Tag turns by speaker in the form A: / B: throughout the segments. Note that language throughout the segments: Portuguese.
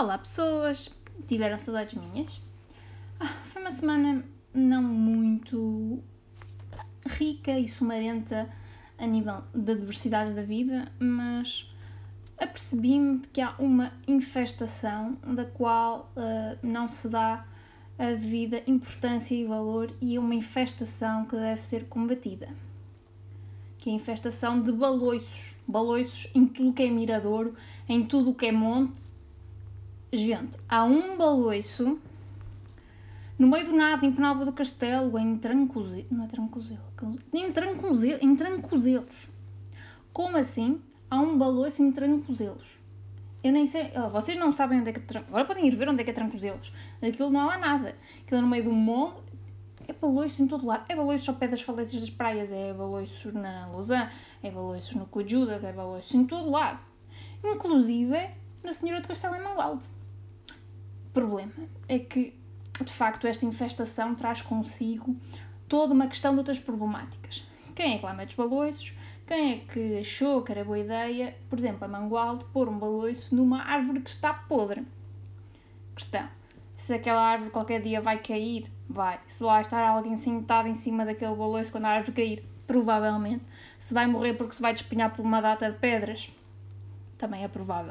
A: Olá pessoas, tiveram saudades minhas? Foi uma semana não muito rica e sumarenta a nível da diversidade da vida, mas apercebi-me que há uma infestação da qual não se dá a devida importância e valor e é uma infestação que deve ser combatida. Que é a infestação de baloiços em tudo o que é miradouro, em tudo o que é monte. Gente, há um baloiço no meio do nada, em Penalva do Castelo, em Trancozelos. Não é Trancozelos? Em Trancozelos. Como assim? Há um baloiço em Trancozelos. Eu nem sei. Vocês não sabem onde é que é. Agora podem ir ver onde é que é Trancozelos. Aquilo não há lá nada. Aquilo é no meio do monte. É baloiços em todo lado. É baloiços ao pé das falésias das praias. É baloiços na Lausanne. É baloiços no Cojudas. É baloiços em todo lado. Inclusive na Senhora do Castelo em Mangualde. O problema é que, de facto, esta infestação traz consigo toda uma questão de outras problemáticas. Quem é que lá mete os baloiços? Quem é que achou que era boa ideia, por exemplo, a Mangualde, pôr um baloiço numa árvore que está podre? Questão. Se aquela árvore qualquer dia vai cair, vai. Se vai estar alguém sentado em cima daquele baloiço quando a árvore cair, provavelmente. Se vai morrer porque se vai despenhar por uma data de pedras, também é provável.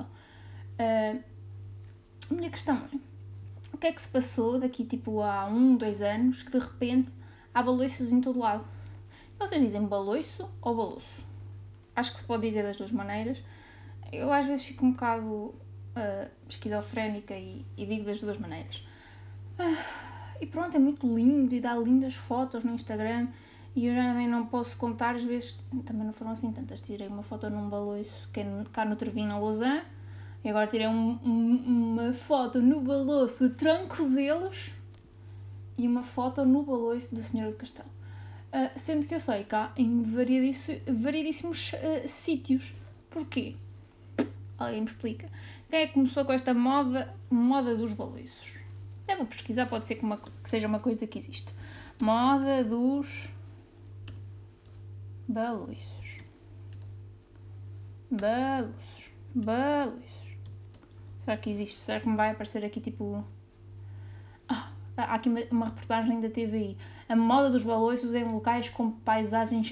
A: A minha questão é, o que é que se passou daqui tipo há 2 anos que de repente há baloiços em todo lado? Vocês dizem baloiço ou baloço? Acho que se pode dizer das duas maneiras. Eu às vezes fico um bocado esquizofrénica e digo das duas maneiras. E pronto, é muito lindo e dá lindas fotos no Instagram e eu já também não posso contar, às vezes também não foram assim tantas. Tirei uma foto num baloiço que é cá no Tervim, na Lausanne, e agora tirei uma foto no baloiço de Trancozelos e uma foto no baloiço da Senhora do Castelo. Sendo que eu sei cá em variedíssimos sítios. Porquê? Alguém me explica. Quem é que começou com esta moda dos baloiços? Eu vou pesquisar, pode ser que seja uma coisa que existe. Moda dos baloiços. Baloiços. Será que existe? Será que me vai aparecer aqui tipo... há aqui uma reportagem da TVI. A moda dos baloiços em locais com paisagens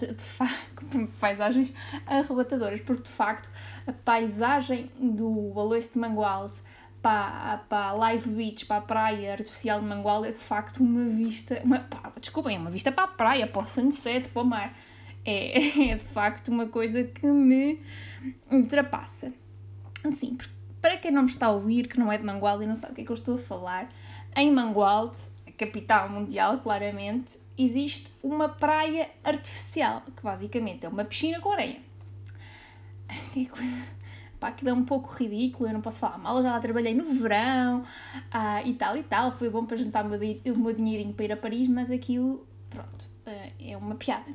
A: arrebatadoras. Porque, de facto, a paisagem do baloiço de Mangualde para a Live Beach, para a praia artificial de Mangualde, é, de facto, uma vista... é uma vista para a praia, para o sunset, para o mar. É, de facto, uma coisa que me ultrapassa. Assim, para quem não me está a ouvir, que não é de Mangualde e não sabe o que é que eu estou a falar... Em Mangualde, a capital mundial, claramente, existe uma praia artificial, que basicamente é uma piscina com areia. Que coisa... que dá um pouco ridículo, eu não posso falar mal, eu já lá trabalhei no verão, e tal, foi bom para juntar o meu dinheirinho para ir a Paris, mas aquilo, pronto, é uma piada.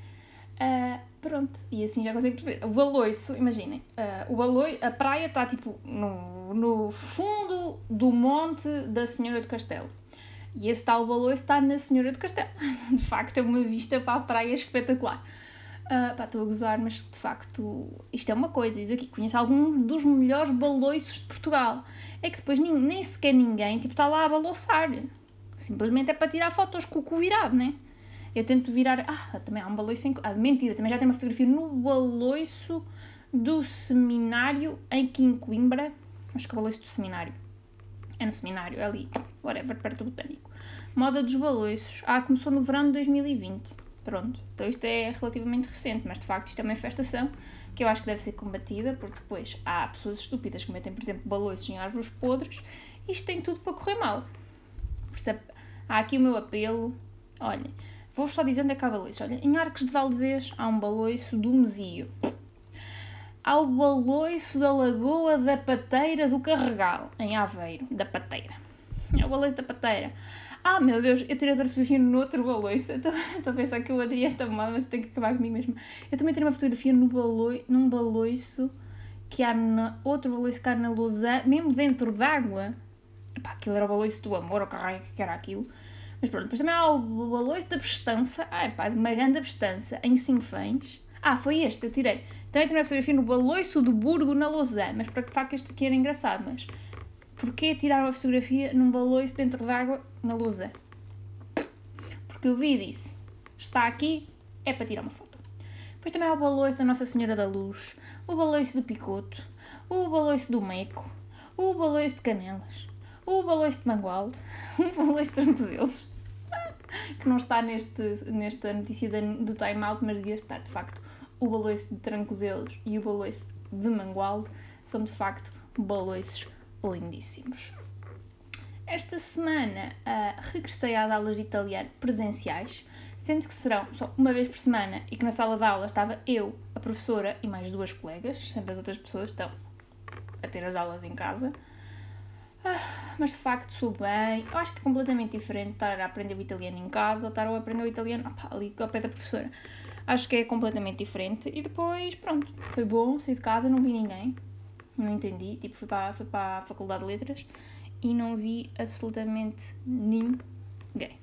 A: Pronto, e assim já consigo perceber. O baloiço, imaginem, a praia está tipo no fundo do monte da Senhora do Castelo. E esse tal baloiço está na Senhora do Castelo. De facto, é uma vista para a praia espetacular. Estou a gozar, mas de facto isto é uma coisa. Diz aqui, conheço alguns dos melhores baloiços de Portugal. É que depois nem sequer ninguém tipo, está lá a baloçar. Simplesmente é para tirar fotos com o cu virado, né? Eu tento virar... também há um baloiço... mentira, também já tem uma fotografia no baloiço do seminário aqui em Coimbra. Acho que é o baloiço do seminário. É no seminário, é ali, whatever, perto do Botânico. Moda dos baloiços. Começou no verão de 2020. Pronto. Então isto é relativamente recente, mas de facto isto é uma infestação que eu acho que deve ser combatida, porque depois há pessoas estúpidas que metem, por exemplo, baloiços em árvores podres e isto tem tudo para correr mal. Por isso, há aqui o meu apelo. Olhem... Vou-vos só dizer onde é que há baloiços. Olha, em Arcos de Valdevez há um baloiço do Mesio. Há o baloiço da Lagoa da Pateira do Carregal, em Aveiro, da Pateira. É o baloiço da Pateira. Meu Deus, eu tirei outra fotografia no outro baloiço. Estou a pensar que eu aderi a esta moda, mas tenho que acabar comigo mesmo. Eu também tirei uma fotografia num baloiço que há outro baloiço que há na Lausanne, mesmo dentro d'água. Aquilo era o baloiço do amor, ou caralho, que era aquilo. Mas pronto, depois também há o baloiço da Prestança. Uma grande Prestança em Sinfãs. Foi este, eu tirei. Também tirei uma fotografia no baloiço do Burgo, na Lausanne. Mas para que de facto este aqui era engraçado. Mas Porquê tirar uma fotografia num baloiço dentro d'água na luz zero? Porque eu vi e disse, está aqui, é para tirar uma foto. Depois também há o baloiço da Nossa Senhora da Luz, o baloiço do Picoto, o baloiço do Meco, o baloiço de Canelas, o baloiço de Mangualde, o baloiço de Trancoselos, que não está nesta notícia do Time Out, mas devia estar, de facto. O baloiço de Trancoselos e o baloiço de Mangualde são, de facto, baloiços lindíssimos. Esta semana regressei às aulas de italiano presenciais, sendo que serão só uma vez por semana e que na sala de aula estava eu, a professora e mais 2 colegas, sempre as outras pessoas estão a ter as aulas em casa. Mas de facto sou bem, eu acho que é completamente diferente estar a aprender o italiano em casa ou estar a aprender o italiano ali ao pé da professora. Acho que é completamente diferente e depois, pronto, foi bom, saí de casa, não vi ninguém, não entendi, tipo, fui para a Faculdade de Letras e não vi absolutamente ninguém.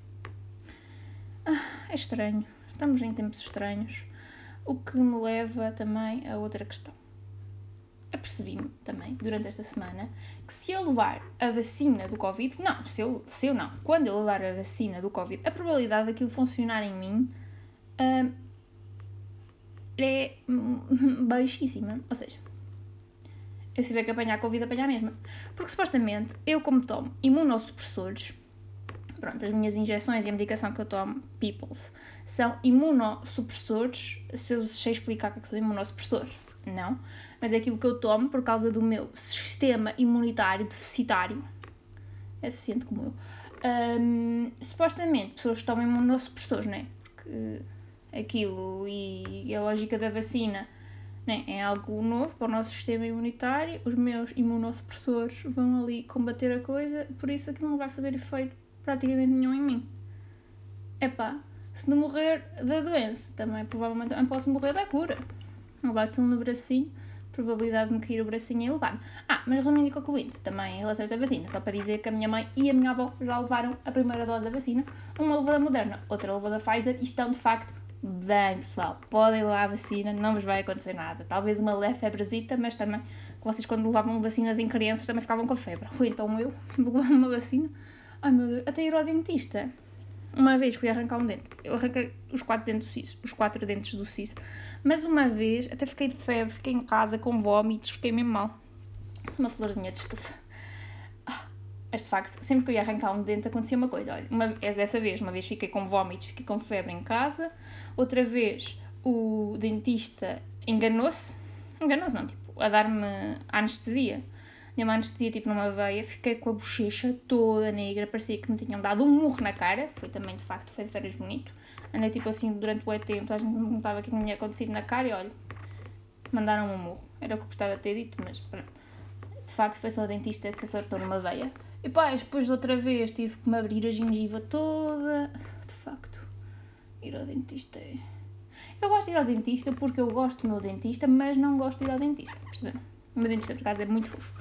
A: É estranho, estamos em tempos estranhos, o que me leva também a outra questão. Apercebi-me também, durante esta semana, que se eu levar a vacina do Covid, quando eu levar a vacina do Covid, a probabilidade daquilo funcionar em mim é baixíssima. Ou seja, eu se tiver que apanhar Covid, apanhar mesmo. Porque supostamente, eu como tomo imunossupressores, pronto, as minhas injeções e a medicação que eu tomo, peoples, são imunossupressores. Se eu sei explicar o que são imunossupressores, não, mas é aquilo que eu tomo por causa do meu sistema imunitário deficitário, é deficiente como eu. Supostamente, pessoas que tomam imunossupressores, não é? Porque aquilo e a lógica da vacina, né, é algo novo para o nosso sistema imunitário, os meus imunossupressores vão ali combater a coisa, por isso aquilo não vai fazer efeito praticamente nenhum em mim. Se não morrer da doença, também provavelmente também posso morrer da cura. Levar aquilo no bracinho, probabilidade de me cair o bracinho é elevada. Mas remédio concluinte, também em relação a esta vacina, só para dizer que a minha mãe e a minha avó já levaram a primeira dose da vacina, uma levou da Moderna, outra levou da Pfizer, e estão de facto bem, pessoal. Podem levar a vacina, não vos vai acontecer nada. Talvez uma leve febrezita, mas também, vocês quando levavam vacinas em crianças também ficavam com febre. Então eu, sempre levava uma vacina, ai meu Deus, até ir ao dentista. Uma vez fui arrancar um dente, eu arranquei os 4 dentes do siso, mas uma vez até fiquei de febre, fiquei em casa com vómitos, fiquei mesmo mal. Uma florzinha de estufa. Mas de facto, sempre que eu ia arrancar um dente acontecia uma coisa. Olha, dessa vez, uma vez fiquei com vómitos, fiquei com febre em casa, outra vez o dentista enganou-se não, tipo, a dar-me anestesia. Deu-me anestesia tipo numa veia, fiquei com a bochecha toda negra, parecia que me tinham dado um murro na cara, foi também de facto, foi de férias bonito. Andei tipo assim durante o tempo, a gente me perguntava o que tinha acontecido na cara e olha, mandaram um murro. Era o que eu gostava de ter dito, mas pronto. De facto foi só o dentista que acertou numa veia. E pá, depois de outra vez tive que me abrir a gengiva toda. De facto, ir ao dentista é... Eu gosto de ir ao dentista porque eu gosto do meu dentista, mas não gosto de ir ao dentista, perceberam? O meu dentista, por acaso, é muito fofo.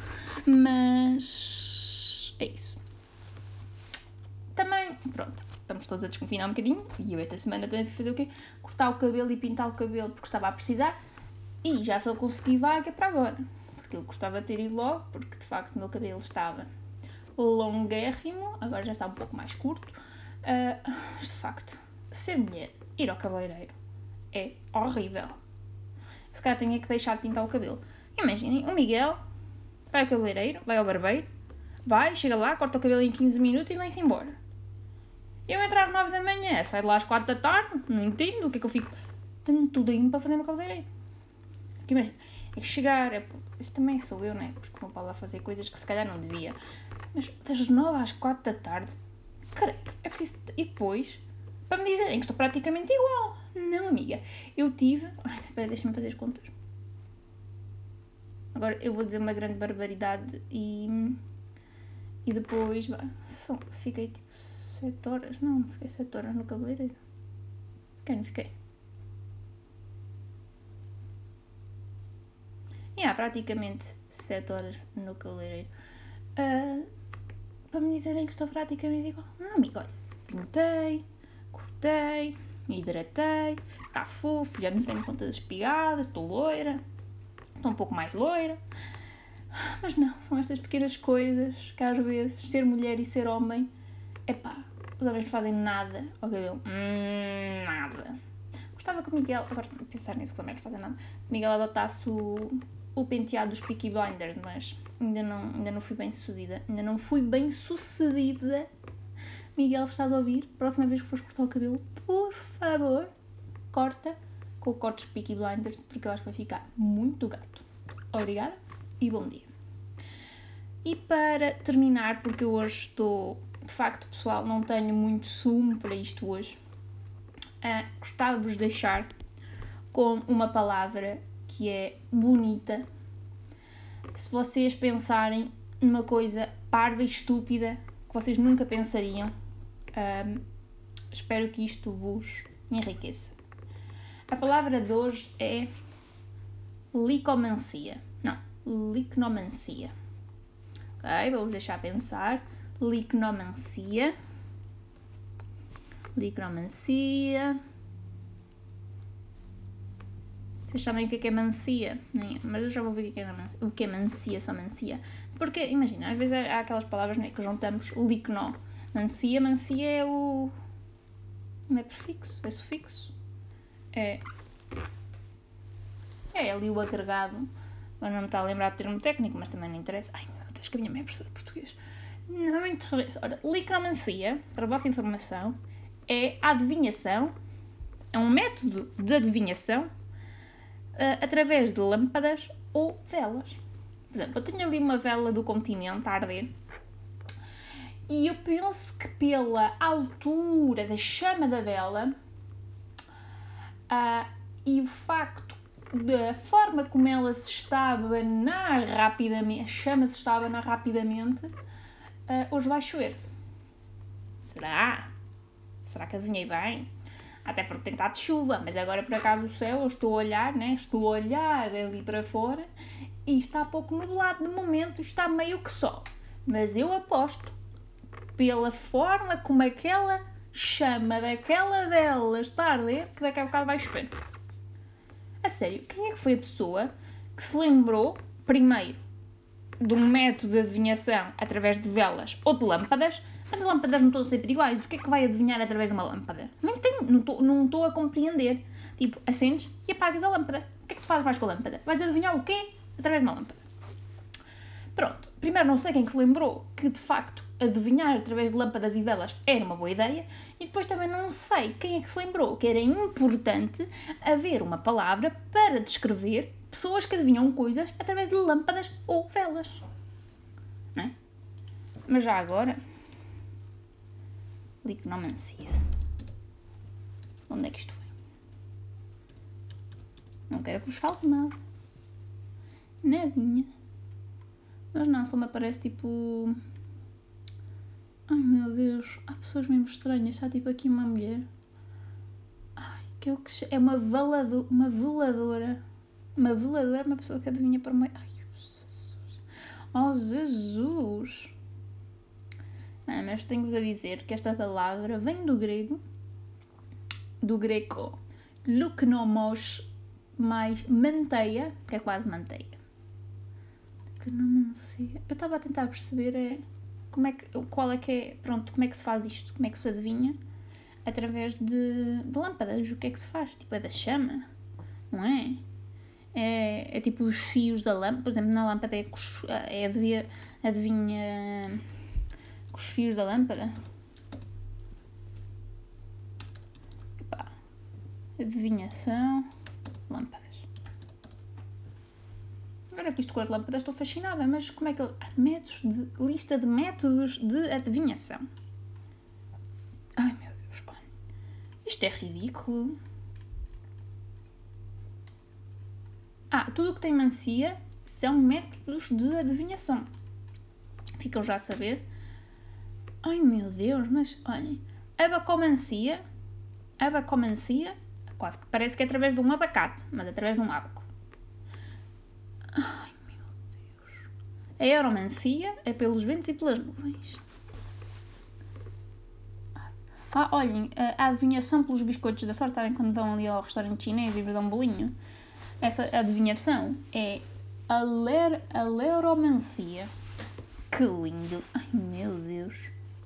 A: Mas é isso. Também, pronto, estamos todos a desconfinar um bocadinho. E eu esta semana também fui fazer o quê? Cortar o cabelo e pintar o cabelo porque estava a precisar. E já só consegui vaga para agora. Porque eu gostava de ter ido logo, porque de facto o meu cabelo estava longuérrimo. Agora já está um pouco mais curto. Mas de facto, ser mulher, ir ao cabeleireiro, é horrível. Se calhar tenho que deixar de pintar o cabelo. Imaginem, o Miguel vai ao cabeleireiro, vai ao barbeiro, chega lá, corta o cabelo em 15 minutos e vai-se embora. Eu entrar às 9 da manhã, saio de lá às 4 da tarde, não entendo o que é que eu fico. Tenho tudinho para fazer no cabeleireiro. Porque imagina, é chegar, isto também sou eu, não é? Porque vou para lá fazer coisas que se calhar não devia. Mas das 9 às 4 da tarde, caralho, é preciso. E depois, para me dizerem que estou praticamente igual. Não, amiga, eu tive. Espera, deixa-me fazer as contas. Agora eu vou dizer uma grande barbaridade e depois, fiquei tipo 7 horas, não fiquei 7 horas no cabeleireiro. Não fiquei. Praticamente 7 horas no cabeleireiro. Para me dizerem que estou praticamente igual. Não, amigo, olha, pintei, cortei, hidratei, está fofo, já não tenho pontas espigadas, estou loira. Estou um pouco mais loira. Mas não, são estas pequenas coisas que às vezes ser mulher e ser homem, os homens não fazem nada ao cabelo. Nada. Gostava que o Miguel, agora pensar nisso, que os homens não fazem nada, o Miguel adotasse o penteado dos Peaky Blinders, mas ainda não fui bem sucedida. Miguel, se estás a ouvir, próxima vez que fores cortar o cabelo, por favor, corta com o corte dos Peaky Blinders, porque eu acho que vai ficar muito gato. Obrigada e bom dia. E para terminar, porque eu hoje estou, de facto, pessoal, não tenho muito sumo para isto hoje, gostava de vos deixar com uma palavra que é bonita. Se vocês pensarem numa coisa parva e estúpida que vocês nunca pensariam, espero que isto vos enriqueça. A palavra de hoje é licomancia. Não, licnomancia. Ok, vou-vos deixar pensar. Licnomancia. Vocês sabem o que é mancia? Mas eu já vou ver o que é mancia, só mancia. Porque, imagina, às vezes há aquelas palavras, né, que juntamos licno. Mancia é o... Não é prefixo, é sufixo. É ali o agregado. Agora não me está a lembrar de termo técnico, mas também não interessa. Ai meu Deus, que a minha mãe é professora de português. Não interessa. Ora, licnomancia, para a vossa informação, é a adivinhação, é um método de adivinhação através de lâmpadas ou velas. Por exemplo, eu tenho ali uma vela do continente a arder e eu penso que pela altura da chama da vela e o facto da forma como ela se está a abanar rapidamente, a chama se está a abanar rapidamente, hoje vai chover. Será? Será que adivinhei bem? Até porque tem estado de chuva, mas agora por acaso o céu, eu estou a olhar, né? Estou a olhar ali para fora e está pouco nublado de momento, está meio que sol. Mas eu aposto, pela forma como aquela chama daquela vela está a arder, que daqui a bocado vai chover. A sério, quem é que foi a pessoa que se lembrou, primeiro, de um método de adivinhação através de velas ou de lâmpadas? Mas as lâmpadas não estão sempre iguais. O que é que vai adivinhar através de uma lâmpada? Não estou a compreender. Tipo, acendes e apagas a lâmpada. O que é que tu fazes mais com a lâmpada? Vais adivinhar o quê? Através de uma lâmpada. Pronto. Primeiro, não sei quem que se lembrou que, de facto, adivinhar através de lâmpadas e velas era uma boa ideia. E depois também não sei quem é que se lembrou que era importante haver uma palavra para descrever pessoas que adivinham coisas através de lâmpadas ou velas. Não é? Mas já agora... Licnomancia. Onde é que isto foi? Não quero que vos fale nada. Nadinha. Mas não, só me aparece tipo... Ai meu Deus, há pessoas mesmo estranhas. Está tipo aqui uma mulher. Ai, que é o que... É uma veladora. Uma veladora é uma pessoa que adivinha para uma... Ai, Jesus. Oh, Jesus. Mas tenho-vos a dizer que esta palavra vem do grego luknomos, mais manteia, que é quase manteiga. Licnomancia. Eu estava a tentar perceber como é que se faz isto, como é que se adivinha através de lâmpadas, o que é que se faz, tipo é da chama, não é? É tipo os fios da lâmpada, por exemplo, na lâmpada adivinha com os fios da lâmpada. Epá. Adivinhação. Lâmpadas. Agora que isto com as lâmpadas estou fascinada, mas como é que... Lista de métodos de adivinhação. Ai meu Deus, olha. Isto é ridículo. Tudo o que tem mancia são métodos de adivinhação. Ficam já a saber. Ai meu Deus, mas olhem, abacomancia, quase que parece que é através de um abacate, mas através de um abaco. Ai meu Deus. A aeromancia é pelos ventos e pelas nuvens. Olhem, a adivinhação pelos biscoitos da sorte, sabem quando vão ali ao restaurante chinês e vos dão um bolinho? Essa adivinhação é Aleromancia. Que lindo. Ai, meu Deus.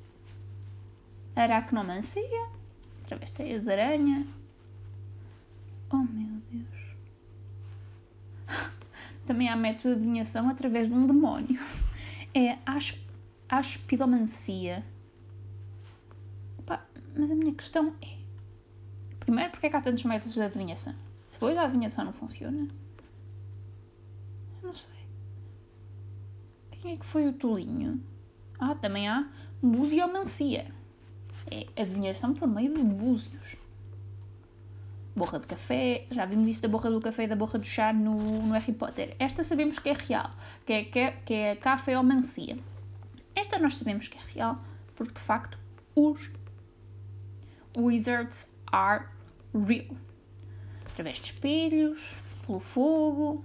A: Aracnomancia. Através de teias de aranha. Oh, meu Deus. Também há métodos de adivinhação através de um demónio. É aspidomancia. Pá, mas a minha questão é... Primeiro, porque é que há tantos métodos de adivinhação? Depois, a adivinhação não funciona. Eu não sei. Quem é que foi o tolinho? Também há busiomancia. É adivinhação por meio de búzios. Borra de café, já vimos isso da borra do café e da borra do chá no Harry Potter. Esta sabemos que é real, que é a cafeomancia. Esta nós sabemos que é real, porque de facto os wizards are real. Através de espelhos, pelo fogo,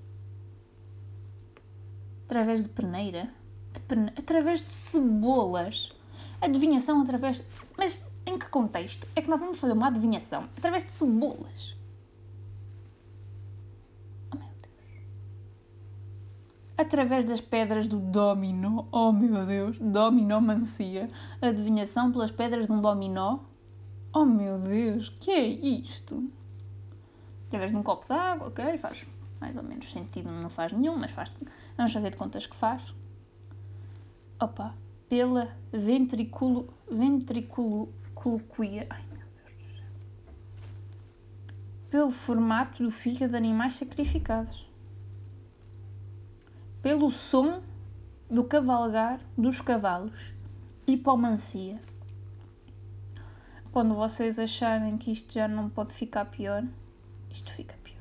A: através de peneira, através de cebolas. Adivinhação através de... Mas em que contexto é que nós vamos fazer uma adivinhação através de cebolas? Oh, meu Deus. Através das pedras do dominó. Oh, meu Deus. Dominomancia. Adivinhação pelas pedras de um dominó. Oh, meu Deus. Que é isto? Através de um copo de água, ok? Faz mais ou menos sentido. Não faz nenhum, mas faz... Vamos fazer de contas que faz. Opa. Pela ventriculoquia. Ai, meu Deus do céu. Pelo formato do fígado de animais sacrificados. Pelo som do cavalgar dos cavalos. Hipomancia. Quando vocês acharem que isto já não pode ficar pior, isto fica pior.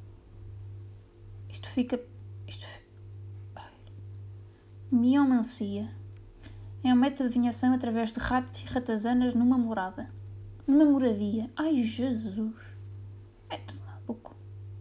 A: Ai. Miomancia. É um método de adivinhação através de ratos e ratazanas numa morada. Numa moradia. Ai, Jesus! É tudo maluco.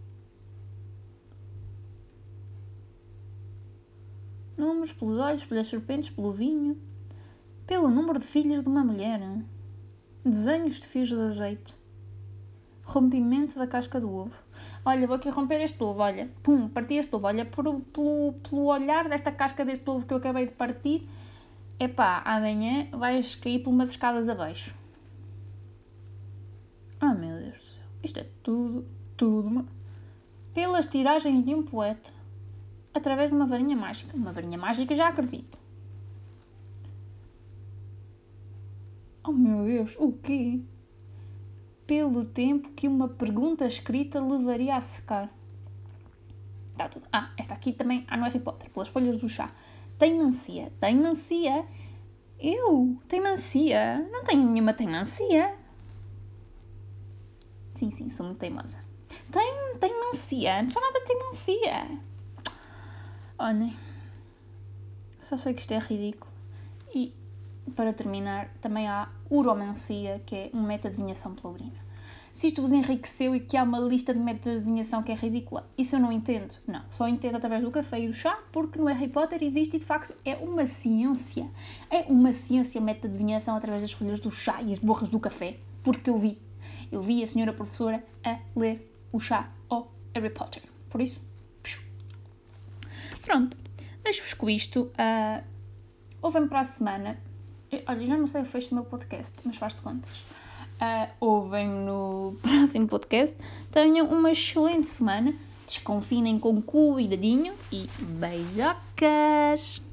A: Números pelos olhos, pelas serpentes, pelo vinho. Pelo número de filhos de uma mulher. Desenhos de fios de azeite. Rompimento da casca do ovo. Olha, vou aqui romper este ovo, olha. Pum, parti este ovo. Olha, pelo olhar desta casca deste ovo que eu acabei de partir... Epá, amanhã vais cair por umas escadas abaixo. Oh, meu Deus do céu. Isto é tudo... Pelas tiragens de um poeta. Através de uma varinha mágica. Uma varinha mágica já acredito. Oh, meu Deus. O quê? Pelo tempo que uma pergunta escrita levaria a secar. Está tudo. Esta aqui também há no Harry Potter. Pelas folhas do chá. Teimância. Eu? Teimância? Não tenho nenhuma teimância. Sim, sou muito teimosa. Teimância. Não sou nada de teimância. Olhem. Só sei que isto é ridículo. E, para terminar, também há uromancia, que é um método de adivinhação pela urina. Se isto vos enriqueceu e que há uma lista de métodos de adivinhação que é ridícula, isso eu não entendo. Não, só entendo através do café e do chá, porque no Harry Potter existe e de facto é uma ciência. É uma ciência o método de adivinhação através das folhas do chá e as borras do café, porque eu vi. Eu vi a senhora professora a ler o chá ao Harry Potter. Por isso, pronto, deixo-vos com isto. Ouvem para a semana. Olha, já não sei o fecho do meu podcast, mas faz de contas. Ouvem-me no próximo podcast. Tenham uma excelente semana. Desconfinem com cuidadinho e beijocas!